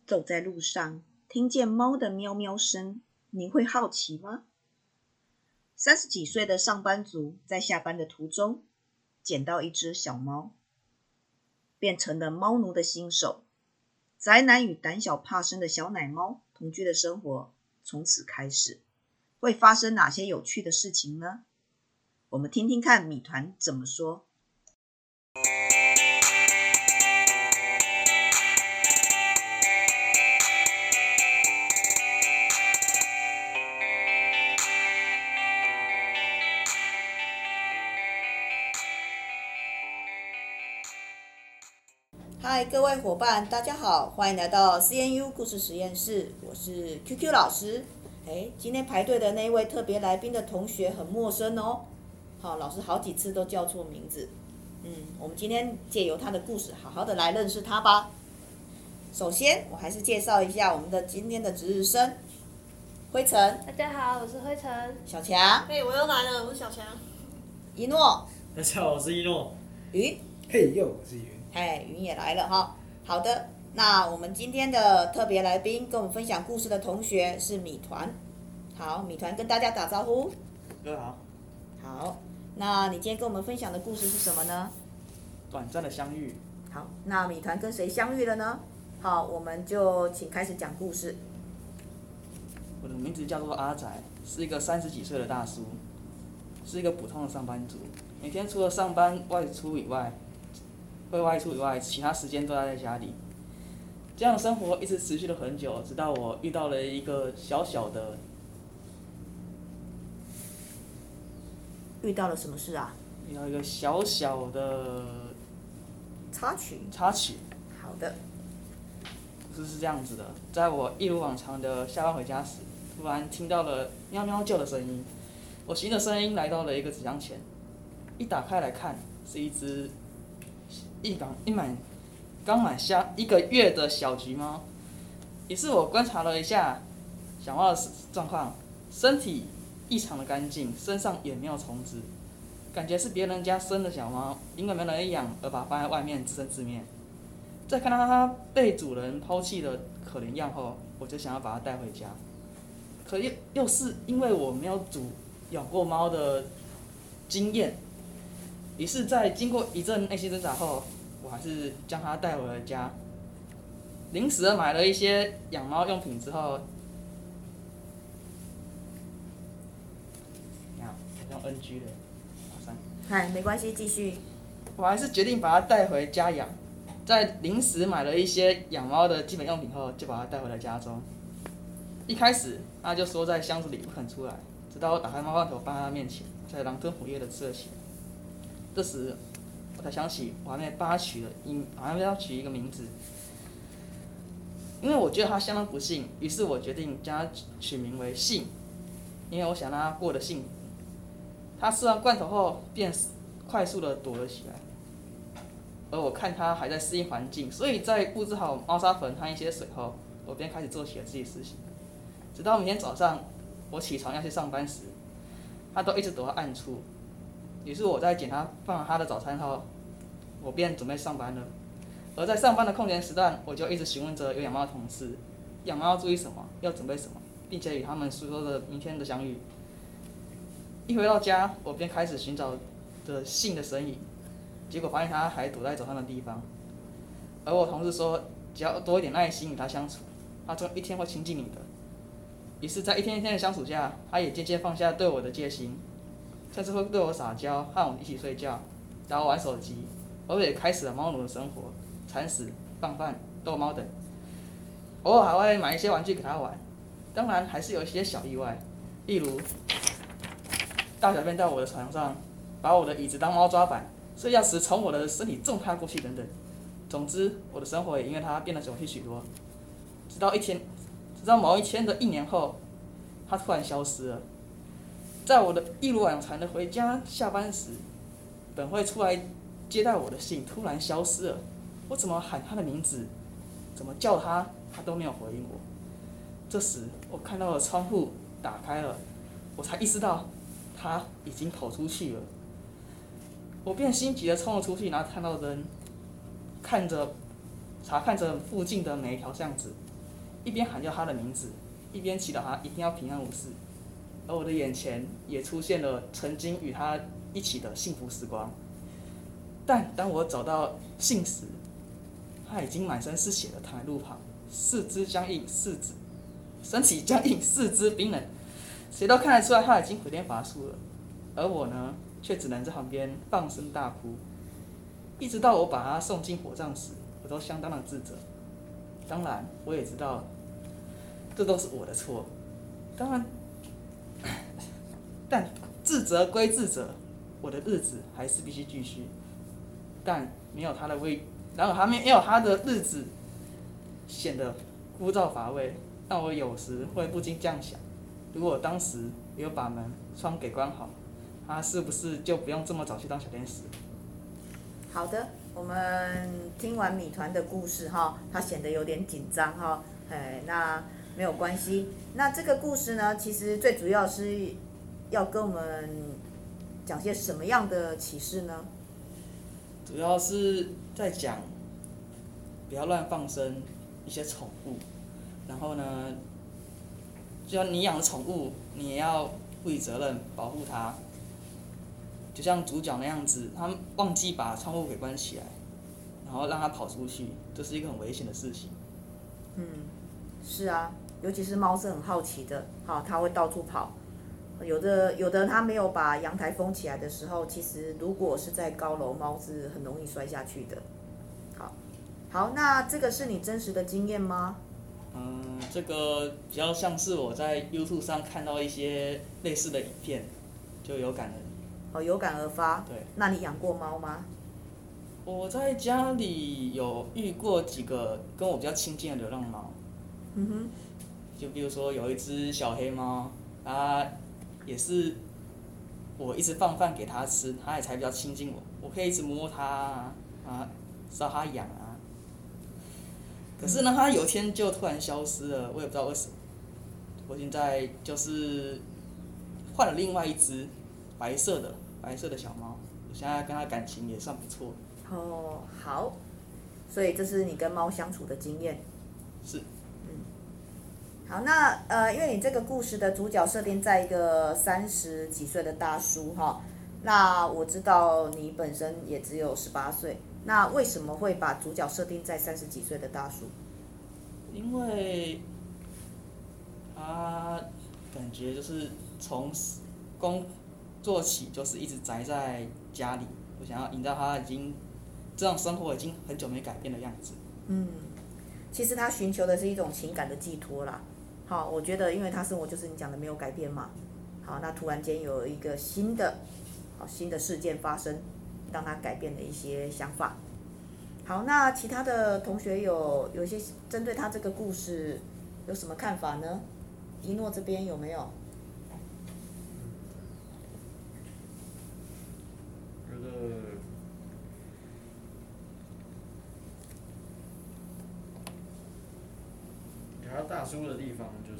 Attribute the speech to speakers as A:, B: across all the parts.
A: 走在路上，听见猫的喵喵声，您会好奇吗？30几岁的上班族在下班的途中，捡到一只小猫，变成了猫奴的新手。宅男与胆小怕生的小奶猫同居的生活从此开始，会发生哪些有趣的事情呢？我们听听看米团怎么说。嗨，各位伙伴，大家好，欢迎来到 CNU 故事实验室，我是 QQ 老师。今天排队的那一位特别来宾的同学很陌生哦。好，老师好几次都叫错名字。我们今天借由他的故事，好好的来认识他吧。首先，我还是介绍一下我们的今天的值日生，灰尘。
B: 大家好，我是灰尘。
A: 小强。
C: 嘿，我又来了，我是小强。
A: 一诺。
D: 大家好，我是一诺。
A: 云。
E: 嘿呦，我是云。
A: 云也来了哈。好的，那我们今天的特别来宾跟我们分享故事的同学是米团。好，米团跟大家打招呼。
D: 各位好。
A: 好，那你今天跟我们分享的故事是什么呢？
D: 短暂的相遇。
A: 好，那米团跟谁相遇了呢？好，我们就请开始讲故事。
D: 我的名字叫做阿宅，是一个30几岁的大叔，是一个普通的上班族。每天除了上班外出以外，其他时间都待在家里。这样的生活一直持续了很久，直到我遇到了一个
A: 遇到了什么事啊？
D: 遇到一个小小的
A: 插曲。好的。
D: 故事是这样子的，在我一如往常的下班回家时，突然听到了喵喵叫的声音。我循着声音来到了一个纸箱前，一打开来看，是一只刚满下1个月的小橘猫。于是我观察了一下小猫的状况，身体异常的干净，身上也没有虫子，感觉是别人家生的小猫，因为没人养而把它放在外面自生自灭。在看到它被主人抛弃的可怜样后，我就想要把它带回家。可又是因为我没有养过猫的经验，于是在经过一阵内心挣扎后，我还是将它带回了家。临时的买了一些养猫用品之后，你好，用 NG 的，
A: 没关系，继续。
D: 我还是决定把它带回家养。在临时买了一些养猫的基本用品后，就把它带回了家中。一开始，它就缩在箱子里不肯出来，直到我打开猫罐头放在它面前，才狼吞虎咽的吃了起来。这时，我才想起我还没帮它取一个名字，因为我觉得它相当不幸，于是我决定将它取名为幸，因为我想让它过得幸福。它吃完罐头后，便快速的躲了起来。而我看它还在适应环境，所以在布置好猫砂盆和一些水后，我便开始做起了自己的事情。直到明天早上我起床要去上班时，它都一直躲在暗处。于是我在捡它放了它的早餐后，我便准备上班了。而在上班的空闲时段，我就一直询问着有养猫的同事，养猫要注意什么，要准备什么，并且与他们诉说着明天的相遇。一回到家，我便开始寻找着信的身影。结果发现他还躲在走上的地方，而我同事说，只要多一点耐心与他相处，他总有一天会亲近你的。于是，在一天一天的相处下，他也渐渐放下对我的戒心，甚至会对我撒娇，和我一起睡觉，找我玩手机。偶尔也开始了猫奴的生活，铲屎、放饭、逗猫等。偶尔还会买一些玩具给他玩，当然还是有一些小意外，例如大小便到我的床上，把我的椅子当猫抓板。睡觉时从我的身体重踏过去等等，总之我的生活也因为它变得有趣许多。直到某一天的1年后，它突然消失了。在我的一如往常的回家下班时，本会出来接待我的信突然消失了。我怎么喊它的名字，怎么叫它，它都没有回应我。这时我看到了窗户打开了，我才意识到它已经跑出去了。我便心急地冲了出去，拿探照灯，查看着附近的每一条巷子， 一边喊叫他的名字，一边祈祷他一定要平安无事。而我的眼前也出现了曾经与他一起的幸福时光。但当我走到信时，他已经满身是血的躺在路旁，四肢僵硬，身体僵硬，四肢冰冷，谁都看得出来他已经回天乏术了。而我呢，却只能在旁边放声大哭。一直到我把他送进火葬时，我都相当的自责。当然，我也知道这都是我的错。当然，但自责归自责，我的日子还是必须继续。但没有他的没有他的日子显得枯燥乏味，让我有时会不禁这样想：如果我当时没有把门窗给关好，他是不是就不用这么早去当小天使？
A: 好的，我们听完米团的故事哈，他显得有点紧张哈，那没有关系。那这个故事呢，其实最主要是要跟我们讲些什么样的启示呢？
D: 主要是在讲不要乱放生一些宠物，然后呢，就像你养的宠物，你也要负起责任保护它。就像主角那样子，他忘记把窗户给关起来，然后让它跑出去，这是一个很危险的事情。
A: 是啊，尤其是猫是很好奇的，它会到处跑。有的它没有把阳台封起来的时候，其实如果是在高楼，猫是很容易摔下去的。好，那这个是你真实的经验吗？
D: 这个比较像是我在 YouTube 上看到一些类似的影片，就有感而
A: 有感而发。
D: 对。
A: 那你养过猫吗？
D: 我在家里有遇过几个跟我比较亲近的流浪猫。就比如说有一只小黑猫，它也是我一直放饭给它吃，它也才比较亲近我，我可以一直摸它搔它痒啊。可是呢，它有一天就突然消失了，我也不知道为什么。我现在就是换了另外一只白色的小猫，我现在跟它感情也算不错。
A: 好，所以这是你跟猫相处的经验。
D: 是。
A: 好，那因为你这个故事的主角设定在一个30几岁的大叔哈，那我知道你本身也只有18岁，那为什么会把主角设定在30几岁的大叔？
D: 因为他感觉就是从工作起就是一直宅在家里，我想要营造他这样生活已经很久没改变的样子。
A: 其实他寻求的是一种情感的寄托啦。好，我觉得因为他生活就是你讲的没有改变嘛。好，那突然间有一个新的事件发生，让他改变了一些想法。好，那其他的同学有一些针对他这个故事有什么看法呢？一诺这边有没有？
B: 觉得他大叔的地方就是，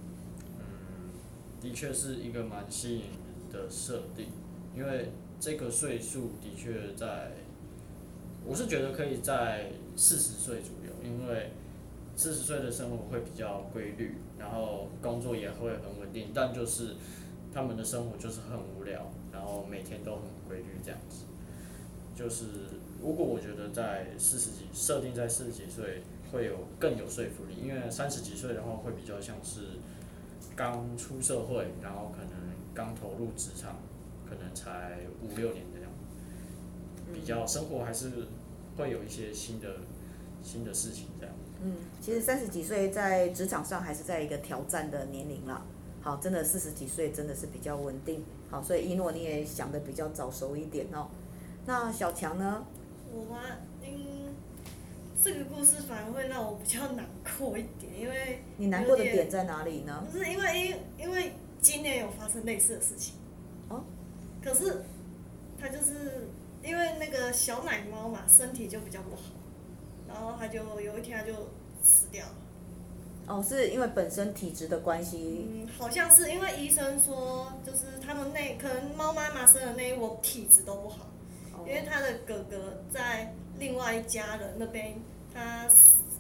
B: 的确是一个蛮吸引人的设定，因为这个岁数的确我是觉得可以在40岁左右，因为40岁的生活会比较规律，然后工作也会很稳定，但就是他们的生活就是很无聊，然后每天都很规律这样子。就是如果我觉得设定在40几岁会更有说服力，因为30几岁的话会比较像是刚出社会，然后可能刚投入职场，可能才5、6年这样，比较生活还是会有一些新的事情这样。
A: 其实30几岁在职场上还是在一个挑战的年龄啦。好，真的40几岁真的是比较稳定。好，所以一诺你也想得比较早熟一点哦。那小强呢？
C: 我吗？这个故事反而会让我比较难过一点，因为
A: 你难过的点在哪里呢？
C: 不是因为今年有发生类似的事情。可是他就是因为那个小奶猫嘛，身体就比较不好，然后他就有一天他就死掉了。
A: 是因为本身体质的关系。
C: 好像是因为医生说，就是他们可能猫妈妈生的那一窝体质都不好，因为他的哥哥在另外一家人那边，他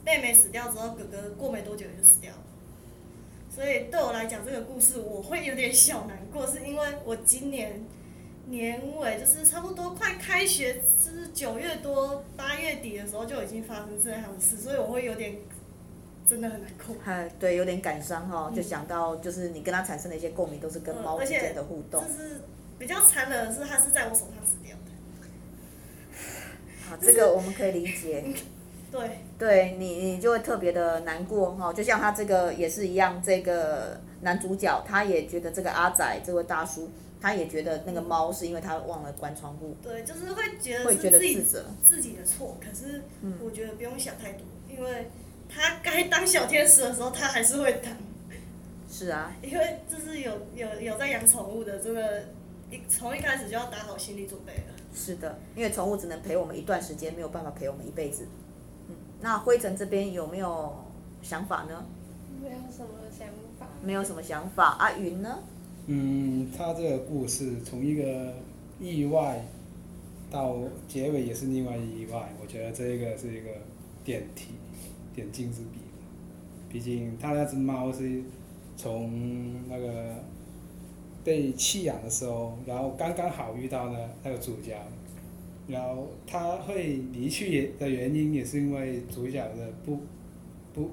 C: 妹妹死掉之后，哥哥过没多久也就死掉了。所以对我来讲，这个故事我会有点小难过，是因为我今年年尾就是差不多快开学，就是9月多8月底的时候就已经发生这样的事，所以我会有点真的很难过。
A: 对，有点感伤哈，就想到就是你跟他产生的一些共鸣，都是跟猫之间的互动。
C: 就是比较残忍的是，它是在我手上死掉的。
A: 好，这个我们可以理解。对你就会特别的难过哈，就像他这个也是一样，这个男主角他也觉得这个阿仔这位大叔，他也觉得那个猫是因为他忘了关窗户。
C: 对，就是会觉得
A: 会觉得
C: 是
A: 自责
C: 自己的错，可是我觉得不用想太多，因为他该当小天使的时候，他还是会当。
A: 是啊，
C: 因为就是有在养宠物的，真的从一开始就要打好心理准备了。
A: 是的，因为宠物只能陪我们一段时间，没有办法陪我们一辈子。那辉晨这边有没有想法呢？
E: 没有什么想法。
A: 没有什么想法。阿云呢？
F: 他这个故事从一个意外到结尾也是另外意外，我觉得这一个是一个点睛之笔。毕竟他那只猫是从那个被弃养的时候，然后刚刚好遇到那个主角。然后他会离去的原因也是因为主角的不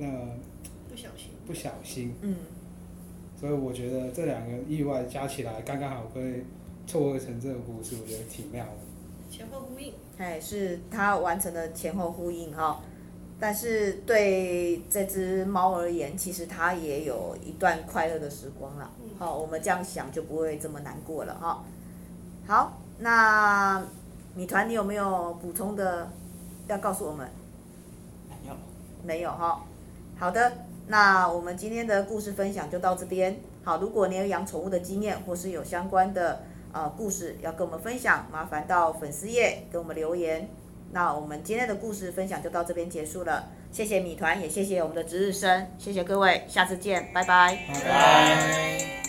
F: 小心，所以我觉得这两个意外加起来刚刚好会凑合成这个故事，我觉得挺妙的。
C: 前后呼应。
A: 是他完成了前后呼应哈，但是对这只猫而言，其实它也有一段快乐的时光啦。好，我们这样想就不会这么难过了哈。好，那米团，你有没有补充的要告诉我们？没有哈。好的，那我们今天的故事分享就到这边。好，如果你有养宠物的经验，或是有相关的故事要跟我们分享，麻烦到粉丝页给我们留言。那我们今天的故事分享就到这边结束了，谢谢米团，也谢谢我们的值日生，谢谢各位，下次见，拜拜。
F: 拜拜。